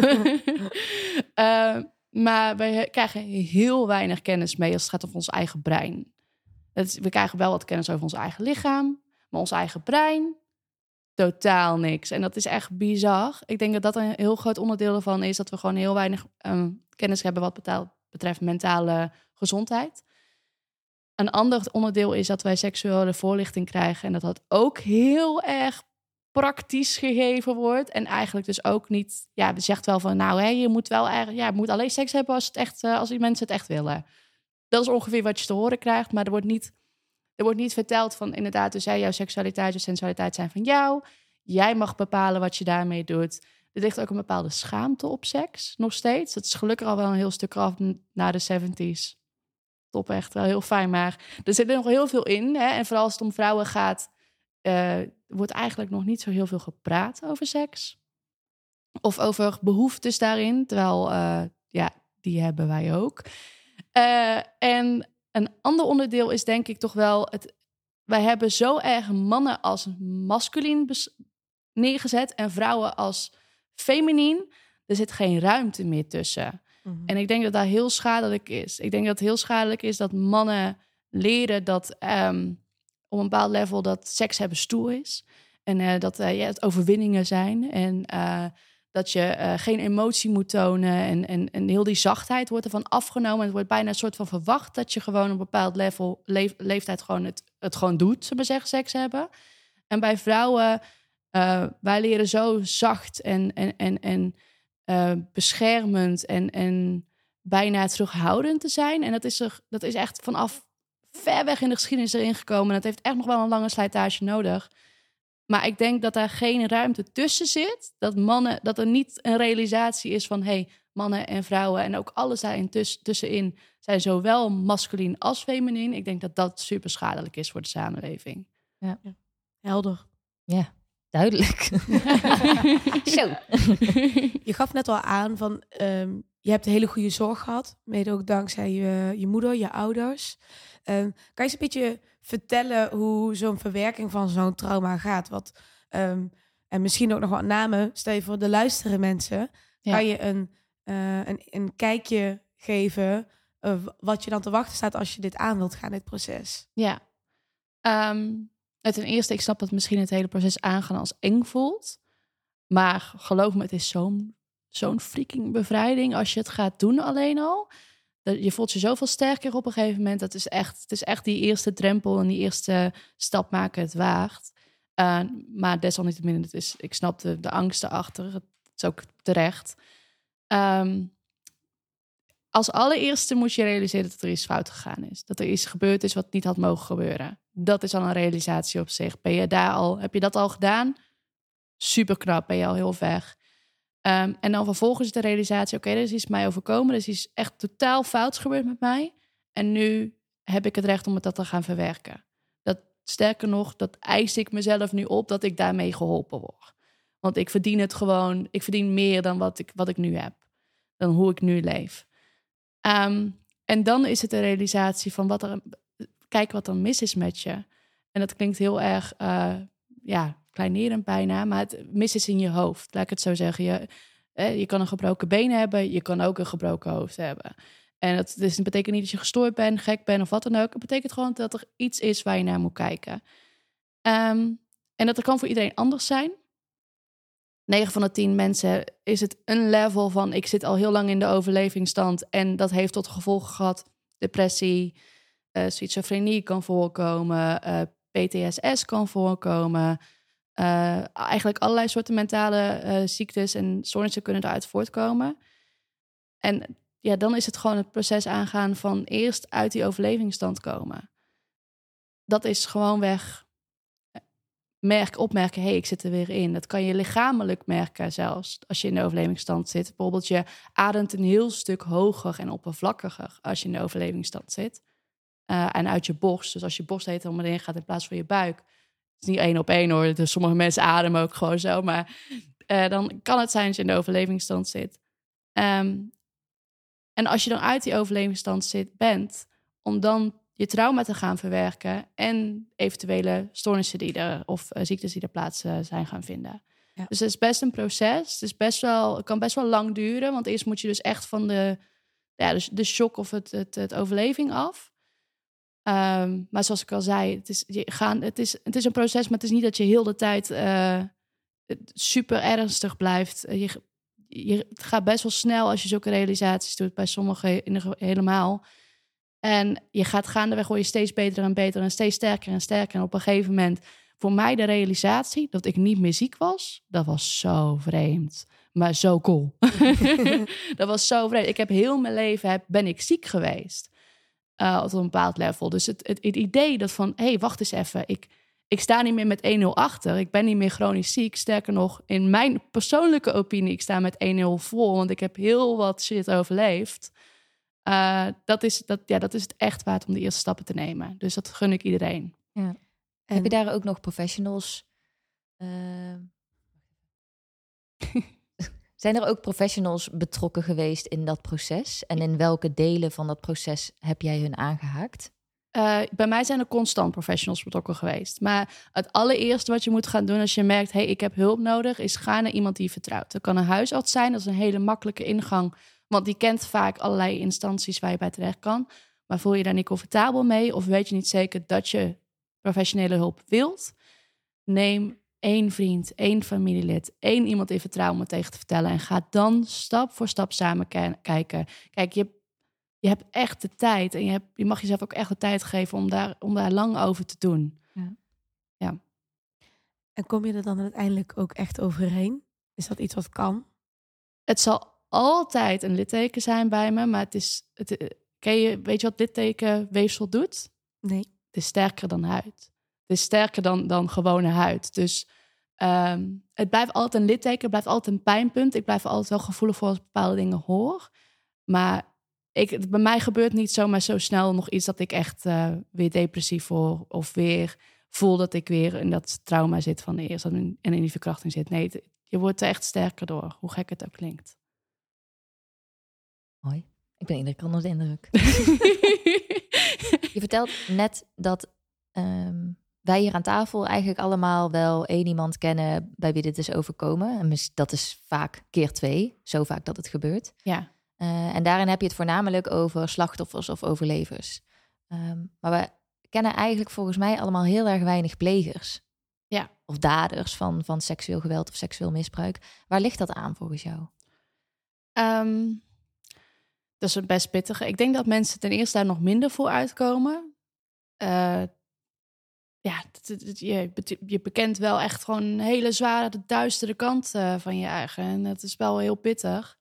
uh, maar wij krijgen heel weinig kennis mee als het gaat om ons eigen brein. Het, we krijgen wel wat kennis over ons eigen lichaam, maar ons eigen brein, totaal niks. En dat is echt bizar. Ik denk dat dat een heel groot onderdeel ervan is, dat we gewoon heel weinig um, kennis hebben wat betaalt. betreft mentale gezondheid. Een ander onderdeel is dat wij seksuele voorlichting krijgen en dat dat ook heel erg praktisch gegeven wordt en eigenlijk dus ook niet, ja, zegt wel van nou, hè, je moet wel erg, ja, je moet alleen seks hebben als het echt, als die mensen het echt willen. Dat is ongeveer wat je te horen krijgt, maar er wordt niet, er wordt niet verteld van inderdaad, dus jij, jouw seksualiteit, je sensualiteit zijn van jou. Jij mag bepalen wat je daarmee doet. Er ligt ook een bepaalde schaamte op seks, nog steeds. Dat is gelukkig al wel een heel stuk af na de zeventig. Top, echt wel heel fijn. Maar er zit er nog heel veel in. Hè? En vooral als het om vrouwen gaat, uh, wordt eigenlijk nog niet zo heel veel gepraat over seks. Of over behoeftes daarin. Terwijl, uh, ja, die hebben wij ook. Uh, en een ander onderdeel is denk ik toch wel het. Wij hebben zo erg mannen als masculien bes- neergezet en vrouwen als feminien. Er zit geen ruimte meer tussen. Mm-hmm. En ik denk dat dat heel schadelijk is. Ik denk dat het heel schadelijk is dat mannen leren dat um, op een bepaald level dat seks hebben stoer is. En uh, dat uh, ja, het overwinningen zijn. En uh, dat je uh, geen emotie moet tonen. En, en, en heel die zachtheid wordt ervan afgenomen. En het wordt bijna een soort van verwacht dat je gewoon op een bepaald level, leef, leeftijd gewoon het, het gewoon doet. Zullen we zeggen, seks hebben. En bij vrouwen, uh, wij leren zo zacht en, en, en, en uh, beschermend en, en bijna terughoudend te zijn. En dat is, er, dat is echt vanaf ver weg in de geschiedenis erin gekomen. En dat heeft echt nog wel een lange slijtage nodig. Maar ik denk dat daar geen ruimte tussen zit. Dat mannen, dat er niet een realisatie is van... hey, mannen en vrouwen en ook alles daarin tuss- tussenin... zijn zowel masculien als feminien. Ik denk dat dat super schadelijk is voor de samenleving. Ja. Ja. Helder. Ja, duidelijk. Zo. Je gaf net al aan van... Um, je hebt een hele goede zorg gehad. Mede ook dankzij je, je moeder, je ouders. Um, kan je eens een beetje vertellen hoe zo'n verwerking van zo'n trauma gaat? Wat, um, en misschien ook nog wat namen. Stel je voor de luisteren mensen. Ja. Kan je een, uh, een, een kijkje geven... Uh, wat je dan te wachten staat als je dit aan wilt gaan, dit proces? Ja. Um, ten eerste, ik snap dat misschien het hele proces aangaan als eng voelt. Maar geloof me, het is zo'n, zo'n freaking bevrijding als je het gaat doen alleen al. Je voelt je zoveel sterker op een gegeven moment. Dat is echt, het is echt die eerste drempel en die eerste stap maken het waagt. Uh, maar desalniettemin, het is, ik snap de, de angst erachter. Het is ook terecht. Um, als allereerste moet je realiseren dat er iets fout gegaan is. Dat er iets gebeurd is wat niet had mogen gebeuren. Dat is al een realisatie op zich. Ben je daar al, heb je dat al gedaan? Super knap, ben je al heel ver. Um, en dan vervolgens de realisatie... oké, okay, er is iets mij overkomen. Er is iets echt totaal fouts gebeurd met mij. En nu heb ik het recht om het dat te gaan verwerken. Dat, sterker nog, dat eis ik mezelf nu op... dat ik daarmee geholpen word. Want ik verdien het gewoon... ik verdien meer dan wat ik, wat ik nu heb. Dan hoe ik nu leef. Um, en dan is het de realisatie van... wat er, kijk wat er mis is met je. En dat klinkt heel erg... Uh, ja, kleinerend bijna, maar het mis is in je hoofd. Laat ik het zo zeggen. Je, eh, je kan een gebroken been hebben, je kan ook een gebroken hoofd hebben. En dat, dus dat betekent niet dat je gestoord bent, gek bent of wat dan ook. Het betekent gewoon dat er iets is waar je naar moet kijken. Um, en dat er kan voor iedereen anders zijn. negen van de tien mensen is het een level van... ik zit al heel lang in de overlevingsstand... en dat heeft tot gevolg gehad depressie, uh, schizofrenie kan voorkomen... Uh, P T S S kan voorkomen... Uh, eigenlijk allerlei soorten mentale uh, ziektes en stoornissen kunnen eruit voortkomen. En ja, dan is het gewoon het proces aangaan van eerst uit die overlevingsstand komen. Dat is gewoonweg merk, opmerken, hé, hey, ik zit er weer in. Dat kan je lichamelijk merken zelfs als je in de overlevingsstand zit. Bijvoorbeeld je ademt een heel stuk hoger en oppervlakkiger als je in de overlevingsstand zit. Uh, en uit je borst. Dus als je borst heet om erin gaat in plaats van je buik... Het is niet één op één hoor. Dus sommige mensen ademen ook gewoon zo. Maar uh, dan kan het zijn dat je in de overlevingsstand zit. Um, en als je dan uit die overlevingsstand zit, bent... om dan je trauma te gaan verwerken... en eventuele stoornissen die er... of uh, ziektes die er plaats uh, zijn gaan vinden. Ja. Dus het is best een proces. Het, is best wel, het kan best wel lang duren. Want eerst moet je dus echt van de, ja, de, de shock of het, het, het overleving af... Um, maar zoals ik al zei, het is, je gaan, het, is, het is een proces, maar het is niet dat je heel de tijd uh, super ernstig blijft. Je, je, het gaat best wel snel als je zulke realisaties doet, bij sommigen helemaal. En je gaat gaandeweg, word je steeds beter en beter en steeds sterker en sterker. En op een gegeven moment, voor mij de realisatie dat ik niet meer ziek was, dat was zo vreemd. Maar zo cool. Dat was zo vreemd. Ik heb heel mijn leven, heb, ben ik ziek geweest. Uh, op een bepaald level. Dus het, het, het idee dat van... hé, hey, wacht eens even. Ik, ik sta niet meer met één nul achter. Ik ben niet meer chronisch ziek. Sterker nog, in mijn persoonlijke opinie... ik sta met één nul voor. Want ik heb heel wat shit overleefd. Uh, dat, is, dat, ja, dat is het echt waard om de eerste stappen te nemen. Dus dat gun ik iedereen. Ja. En... Heb je daar ook nog professionals... Uh... Zijn er ook professionals betrokken geweest in dat proces? En in welke delen van dat proces heb jij hun aangehaakt? Uh, bij mij zijn er constant professionals betrokken geweest. Maar het allereerste wat je moet gaan doen als je merkt... hé, hey, ik heb hulp nodig, is ga naar iemand die je vertrouwt. Dat kan een huisarts zijn, dat is een hele makkelijke ingang. Want die kent vaak allerlei instanties waar je bij terecht kan. Maar voel je daar niet comfortabel mee... of weet je niet zeker dat je professionele hulp wilt... neem... één vriend, één familielid, één iemand in vertrouwen om het tegen te vertellen... en ga dan stap voor stap samen k- kijken. Kijk, je, je hebt echt de tijd en je, hebt, je mag jezelf ook echt de tijd geven... om daar, om daar lang over te doen. Ja. Ja. En kom je er dan uiteindelijk ook echt overheen? Is dat iets wat kan? Het zal altijd een litteken zijn bij me, maar het is... Het, ken je, weet je wat littekenweefsel doet? Nee. Het is sterker dan huid. Het is sterker dan, dan gewone huid. Dus um, het blijft altijd een litteken, het blijft altijd een pijnpunt. Ik blijf altijd wel gevoelig voor als ik bepaalde dingen hoor. Maar ik, bij mij gebeurt niet zomaar zo snel nog iets dat ik echt uh, weer depressief word of weer voel dat ik weer in dat trauma zit van de eerste en in die verkrachting zit. Nee, het, je wordt er echt sterker door, hoe gek het ook klinkt. Mooi. Ik ben iedere keer onder de indruk. Je vertelt net dat um, wij hier aan tafel eigenlijk allemaal wel één iemand kennen bij wie dit is overkomen. En dat is vaak keer twee, zo vaak dat het gebeurt. Ja. Uh, en daarin heb je het voornamelijk over slachtoffers of overlevers. Um, maar we kennen eigenlijk volgens mij allemaal heel erg weinig plegers. Ja. Of daders van, van seksueel geweld of seksueel misbruik. Waar ligt dat aan volgens jou? Um, dat is een best pittige. Ik denk dat mensen ten eerste daar nog minder voor uitkomen. Uh, ja, je, je bekent wel echt gewoon een hele zware, de duistere kant uh, van je eigen. En dat is wel heel pittig.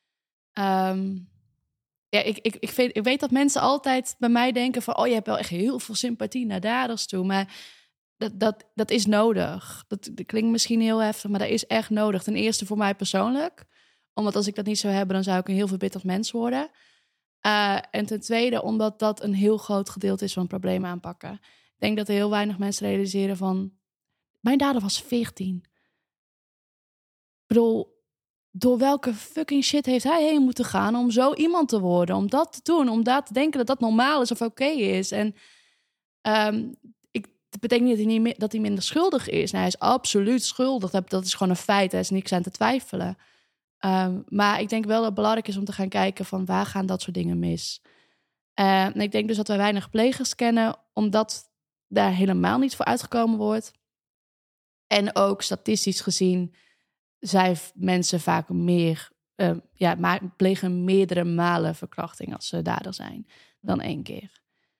Um, ja, ik, ik, ik, weet, ik weet dat mensen altijd bij mij denken van... oh, je hebt wel echt heel veel sympathie naar daders toe. Maar dat, dat, dat is nodig. Dat, dat klinkt misschien heel heftig, maar dat is echt nodig. Ten eerste voor mij persoonlijk. Omdat als ik dat niet zou hebben, dan zou ik een heel verbitterd mens worden. Uh, en ten tweede, omdat dat een heel groot gedeelte is van het probleem aanpakken. Ik denk dat er heel weinig mensen realiseren van... mijn dader was veertien. Ik bedoel... door welke fucking shit heeft hij heen moeten gaan om zo iemand te worden? Om dat te doen, om dat te denken dat dat normaal is of oké okay is. En um, ik, dat betekent niet dat hij, niet dat hij minder schuldig is. Nou, hij is absoluut schuldig. Dat, dat is gewoon een feit. Er is niks aan te twijfelen. Um, maar ik denk wel dat het belangrijk is om te gaan kijken van waar gaan dat soort dingen mis. Uh, en ik denk dus dat wij weinig plegers kennen, omdat daar helemaal niet voor uitgekomen wordt. En ook statistisch gezien zijn mensen vaak meer, uh, ja, maar plegen meerdere malen verkrachting als ze dader zijn dan één keer.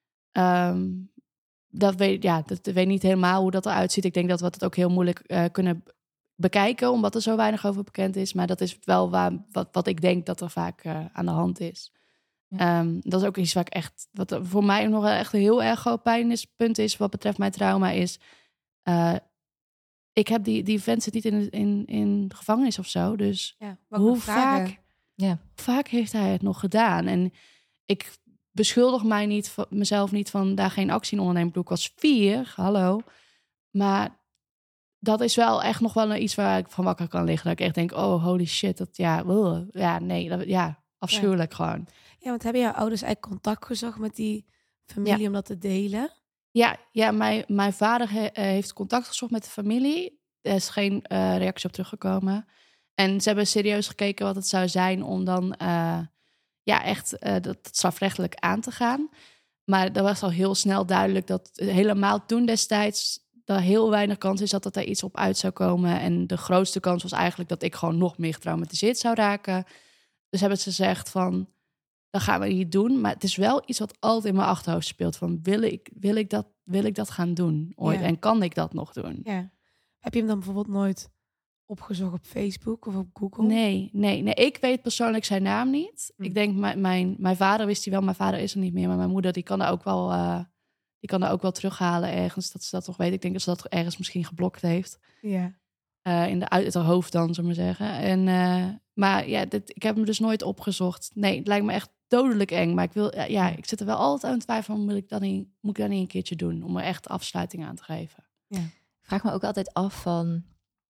Um, dat weet, ja, dat weet niet helemaal hoe dat eruit ziet. Ik denk dat we het ook heel moeilijk uh, kunnen bekijken, omdat er zo weinig over bekend is. Maar dat is wel waar, wat, wat ik denk dat er vaak uh, aan de hand is. Ja. Um, dat is ook iets waar ik echt, wat voor mij nog echt een heel erg groot pijnpunt is wat betreft mijn trauma is. Uh, Ik heb die, die vent zit niet in, in, in de gevangenis of zo. Dus ja, hoe vaak, ja. vaak heeft hij het nog gedaan? En ik beschuldig mij niet, van, mezelf niet van daar geen actie in ondernemen. Ik was vier, hallo. Maar dat is wel echt nog wel iets waar ik van wakker kan liggen. Dat ik echt denk, oh, holy shit. Dat, ja, uh, ja, nee, dat, ja, afschuwelijk ja. gewoon. Ja, want hebben jouw ouders eigenlijk contact gezocht met die familie ja. om dat te delen? Ja, ja mijn, mijn vader he, heeft contact gezocht met de familie. Er is geen uh, reactie op teruggekomen. En ze hebben serieus gekeken wat het zou zijn om dan uh, ja, echt uh, dat, dat strafrechtelijk aan te gaan. Maar er was al heel snel duidelijk dat helemaal toen destijds er heel weinig kans is dat, dat er iets op uit zou komen. En de grootste kans was eigenlijk dat ik gewoon nog meer getraumatiseerd zou raken. Dus hebben ze gezegd van, dat gaan we niet doen. Maar het is wel iets wat altijd in mijn achterhoofd speelt. Van, wil ik, wil ik, dat, wil ik dat gaan doen ooit? Ja. En kan ik dat nog doen? Ja. Heb je hem dan bijvoorbeeld nooit opgezocht op Facebook of op Google? Nee, nee, nee. Ik weet persoonlijk zijn naam niet. Hm. Ik denk, mijn, mijn, mijn vader wist hij wel. Mijn vader is er niet meer. Maar mijn moeder, die kan er ook wel, uh, die kan er ook wel terughalen ergens. Dat ze dat toch weet. Ik denk dat ze dat ergens misschien geblokt heeft. Ja. Uh, in de, uit het hoofd dan, zullen we maar zeggen. En, uh, maar ja, dit, ik heb hem dus nooit opgezocht. Nee, het lijkt me echt dodelijk eng. Maar ik wil, ja, ik zit er wel altijd aan het twijfelen. Moet ik dat niet, moet ik dat niet een keertje doen? Om er echt afsluiting aan te geven. Ja. Ik vraag me ook altijd af van,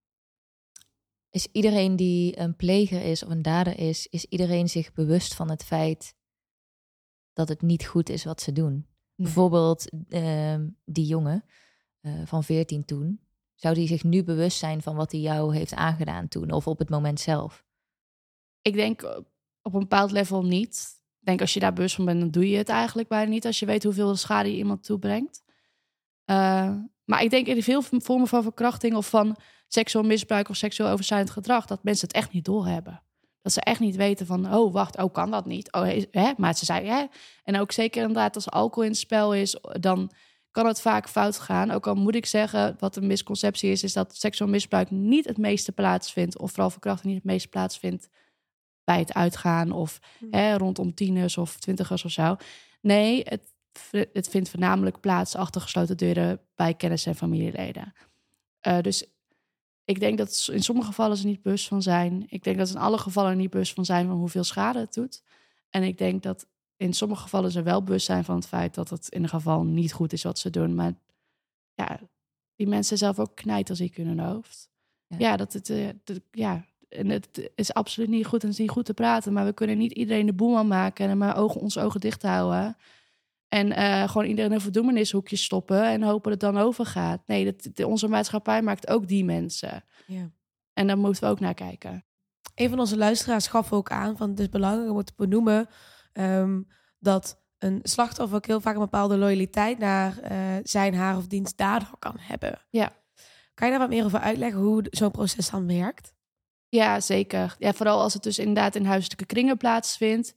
is iedereen die een pleger is of een dader is, is iedereen zich bewust van het feit dat het niet goed is wat ze doen? Nee. Bijvoorbeeld uh, die jongen uh, van veertien toen. Zou die zich nu bewust zijn van wat hij jou heeft aangedaan toen? Of op het moment zelf? Ik denk op een bepaald level niet. Ik denk als je daar bewust van bent, dan doe je het eigenlijk bijna niet. Als je weet hoeveel schade je iemand toebrengt. Uh, maar ik denk in veel vormen van verkrachting of van seksueel misbruik of seksueel overschrijdend gedrag, dat mensen het echt niet doorhebben. Dat ze echt niet weten van, oh wacht, oh kan dat niet? Oh, hè? Maar ze zei, hè? En ook zeker inderdaad als alcohol in het spel is, dan kan het vaak fout gaan. Ook al moet ik zeggen, wat een misconceptie is, is dat seksueel misbruik niet het meeste plaatsvindt, of vooral verkrachting niet het meeste plaatsvindt bij het uitgaan of Hmm. hè, rondom tieners of twintigers of zo. Nee, het, het vindt voornamelijk plaats achter gesloten deuren bij kennis- en familieleden. Uh, dus ik denk dat in sommige gevallen ze niet bewust van zijn. Ik denk dat ze in alle gevallen niet bewust van zijn van hoeveel schade het doet. En ik denk dat in sommige gevallen ze wel bewust zijn van het feit dat het in ieder geval niet goed is wat ze doen. Maar ja, die mensen zelf ook knijterziek in hun hoofd. Ja, ja dat het, uh, de, ja, en het is absoluut niet goed en het is niet goed te praten. Maar we kunnen niet iedereen de boeman maken en maar ogen, onze ogen dicht houden. En uh, gewoon iedereen in een verdoemenishoekje stoppen en hopen dat het dan overgaat. Nee, dat, de, onze maatschappij maakt ook die mensen. Ja. En daar moeten we ook naar kijken. Een van onze luisteraars gaf ook aan van het is belangrijk om te benoemen um, dat een slachtoffer ook heel vaak een bepaalde loyaliteit naar uh, zijn, haar of diens dader kan hebben. Ja. Kan je daar wat meer over uitleggen hoe zo'n proces dan werkt? Ja, zeker. Ja, vooral als het dus inderdaad in huiselijke kringen plaatsvindt.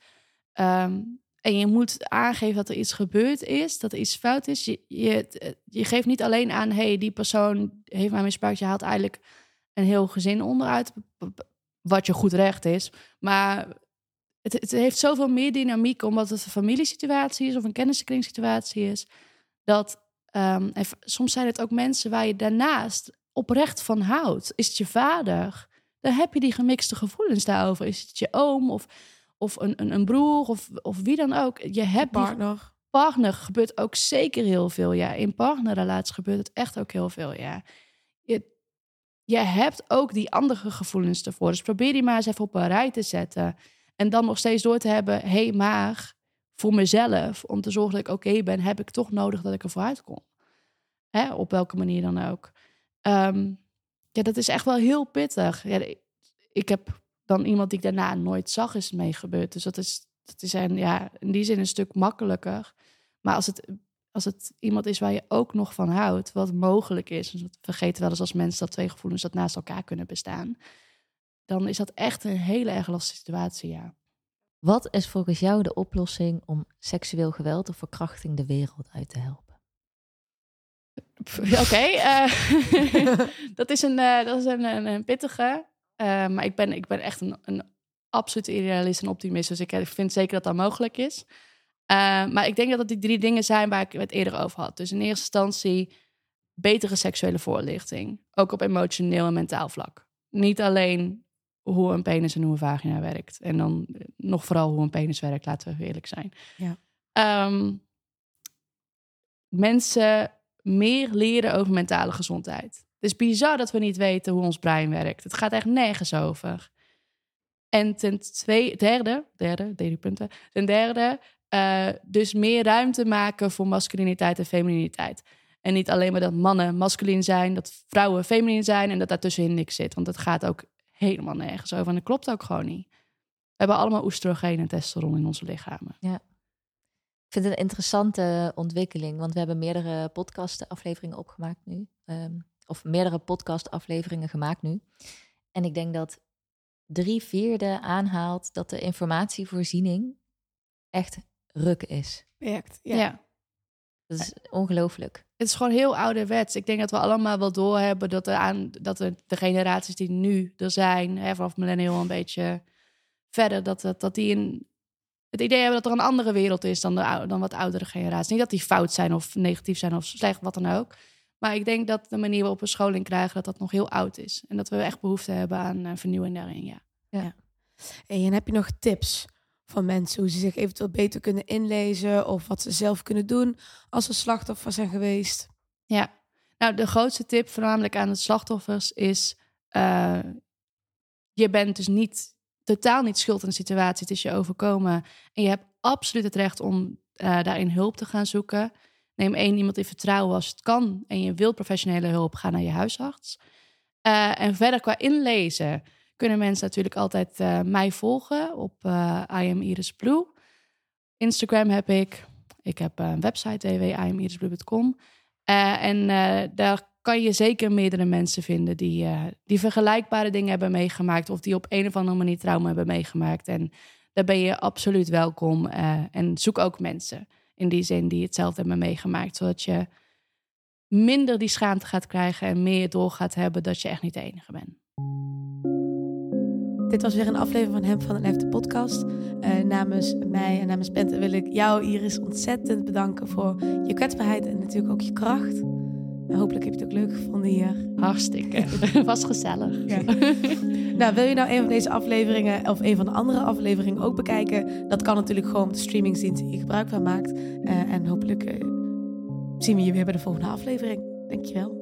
Um, en je moet aangeven dat er iets gebeurd is, dat er iets fout is. Je, je, je geeft niet alleen aan, hey, die persoon heeft mij misbruikt. Je haalt eigenlijk een heel gezin onderuit, wat je goed recht is. Maar het, het heeft zoveel meer dynamiek, omdat het een familiesituatie is of een kennissenkringssituatie is. Dat um, en soms zijn het ook mensen waar je daarnaast oprecht van houdt. Is het je vader? Dan heb je die gemixte gevoelens daarover. Is het je oom of, of een, een, een broer of, of wie dan ook? Je hebt partner. Partner gebeurt ook zeker heel veel, ja. In partnerrelaties gebeurt het echt ook heel veel, ja. Je, je hebt ook die andere gevoelens ervoor. Dus probeer die maar eens even op een rij te zetten. En dan nog steeds door te hebben, hé, hey, maar voor mezelf, om te zorgen dat ik oké okay ben, heb ik toch nodig dat ik er vooruit kom. Hè, op welke manier dan ook. Um, ja, dat is echt wel heel pittig. Ja, ik heb dan iemand die ik daarna nooit zag, is mee gebeurd. Dus dat is, dat is een, ja, in die zin een stuk makkelijker. Maar als het, als het iemand is waar je ook nog van houdt, wat mogelijk is, dus we vergeten wel eens als mensen dat twee gevoelens dat naast elkaar kunnen bestaan, dan is dat echt een hele erg lastige situatie, ja. Wat is volgens jou de oplossing om seksueel geweld of verkrachting de wereld uit te helpen? Oké, okay, uh, dat is een, uh, dat is een, een, een pittige. Uh, maar ik ben, ik ben echt een, een absolute idealist en optimist. Dus ik vind zeker dat dat mogelijk is. Uh, maar ik denk dat dat die drie dingen zijn waar ik het eerder over had. Dus in eerste instantie betere seksuele voorlichting. Ook op emotioneel en mentaal vlak. Niet alleen hoe een penis en hoe een vagina werkt. En dan nog vooral hoe een penis werkt, laten we eerlijk zijn. Ja. Um, mensen meer leren over mentale gezondheid. Het is bizar dat we niet weten hoe ons brein werkt. Het gaat echt nergens over. En ten tweede, derde, derde, derde punten. Ten derde, uh, dus meer ruimte maken voor masculiniteit en femininiteit. En niet alleen maar dat mannen masculin zijn, dat vrouwen feminien zijn en dat daartussenin niks zit. Want dat gaat ook helemaal nergens over. En dat klopt ook gewoon niet. We hebben allemaal oestrogeen en testosteron in onze lichamen. Ja. Ik vind het een interessante ontwikkeling, want we hebben meerdere podcastafleveringen opgemaakt nu. Um, of meerdere podcastafleveringen gemaakt nu. En ik denk dat drie vierde aanhaalt dat de informatievoorziening echt ruk is. Werkt, ja. ja. Dat is ongelooflijk. Het is gewoon heel ouderwets. Ik denk dat we allemaal wel doorhebben dat, er aan, dat er de generaties die nu er zijn, hè, vanaf millennial een beetje verder, dat, dat, dat die in het idee hebben dat er een andere wereld is dan, de, dan wat oudere generaties. Niet dat die fout zijn of negatief zijn of slecht, wat dan ook. Maar ik denk dat de manier waarop we scholing krijgen, dat dat nog heel oud is. En dat we echt behoefte hebben aan uh, vernieuwing daarin, ja. ja. ja. Hey, en heb je nog tips van mensen hoe ze zich eventueel beter kunnen inlezen of wat ze zelf kunnen doen als ze slachtoffer zijn geweest? Ja, nou de grootste tip voornamelijk aan de slachtoffers is, uh, je bent dus niet, totaal niet schuld in de situatie. Het is je overkomen en je hebt absoluut het recht om uh, daarin hulp te gaan zoeken. Neem één iemand in vertrouwen als het kan en je wilt professionele hulp, ga naar je huisarts. Uh, en verder qua inlezen kunnen mensen natuurlijk altijd uh, mij volgen op uh, I am Iris Blue. Instagram heb ik. Ik heb een website w w w punt i am iris blue punt com. Uh, en uh, daar kan je zeker meerdere mensen vinden die, uh, die vergelijkbare dingen hebben meegemaakt of die op een of andere manier trauma hebben meegemaakt. En daar ben je absoluut welkom. Uh, en zoek ook mensen in die zin die hetzelfde hebben meegemaakt, zodat je minder die schaamte gaat krijgen en meer door gaat hebben dat je echt niet de enige bent. Dit was weer een aflevering van Hem van het Lijf, de podcast. Uh, namens mij en namens Bente wil ik jou, Iris, ontzettend bedanken voor je kwetsbaarheid en natuurlijk ook je kracht. En hopelijk heb je het ook leuk gevonden hier. Hartstikke. Was gezellig. Ja. Nou, wil je nou een van deze afleveringen of een van de andere afleveringen ook bekijken? Dat kan natuurlijk gewoon op de streamingsdienst die je gebruik van maakt. Uh, en hopelijk uh, zien we je weer bij de volgende aflevering. Dankjewel.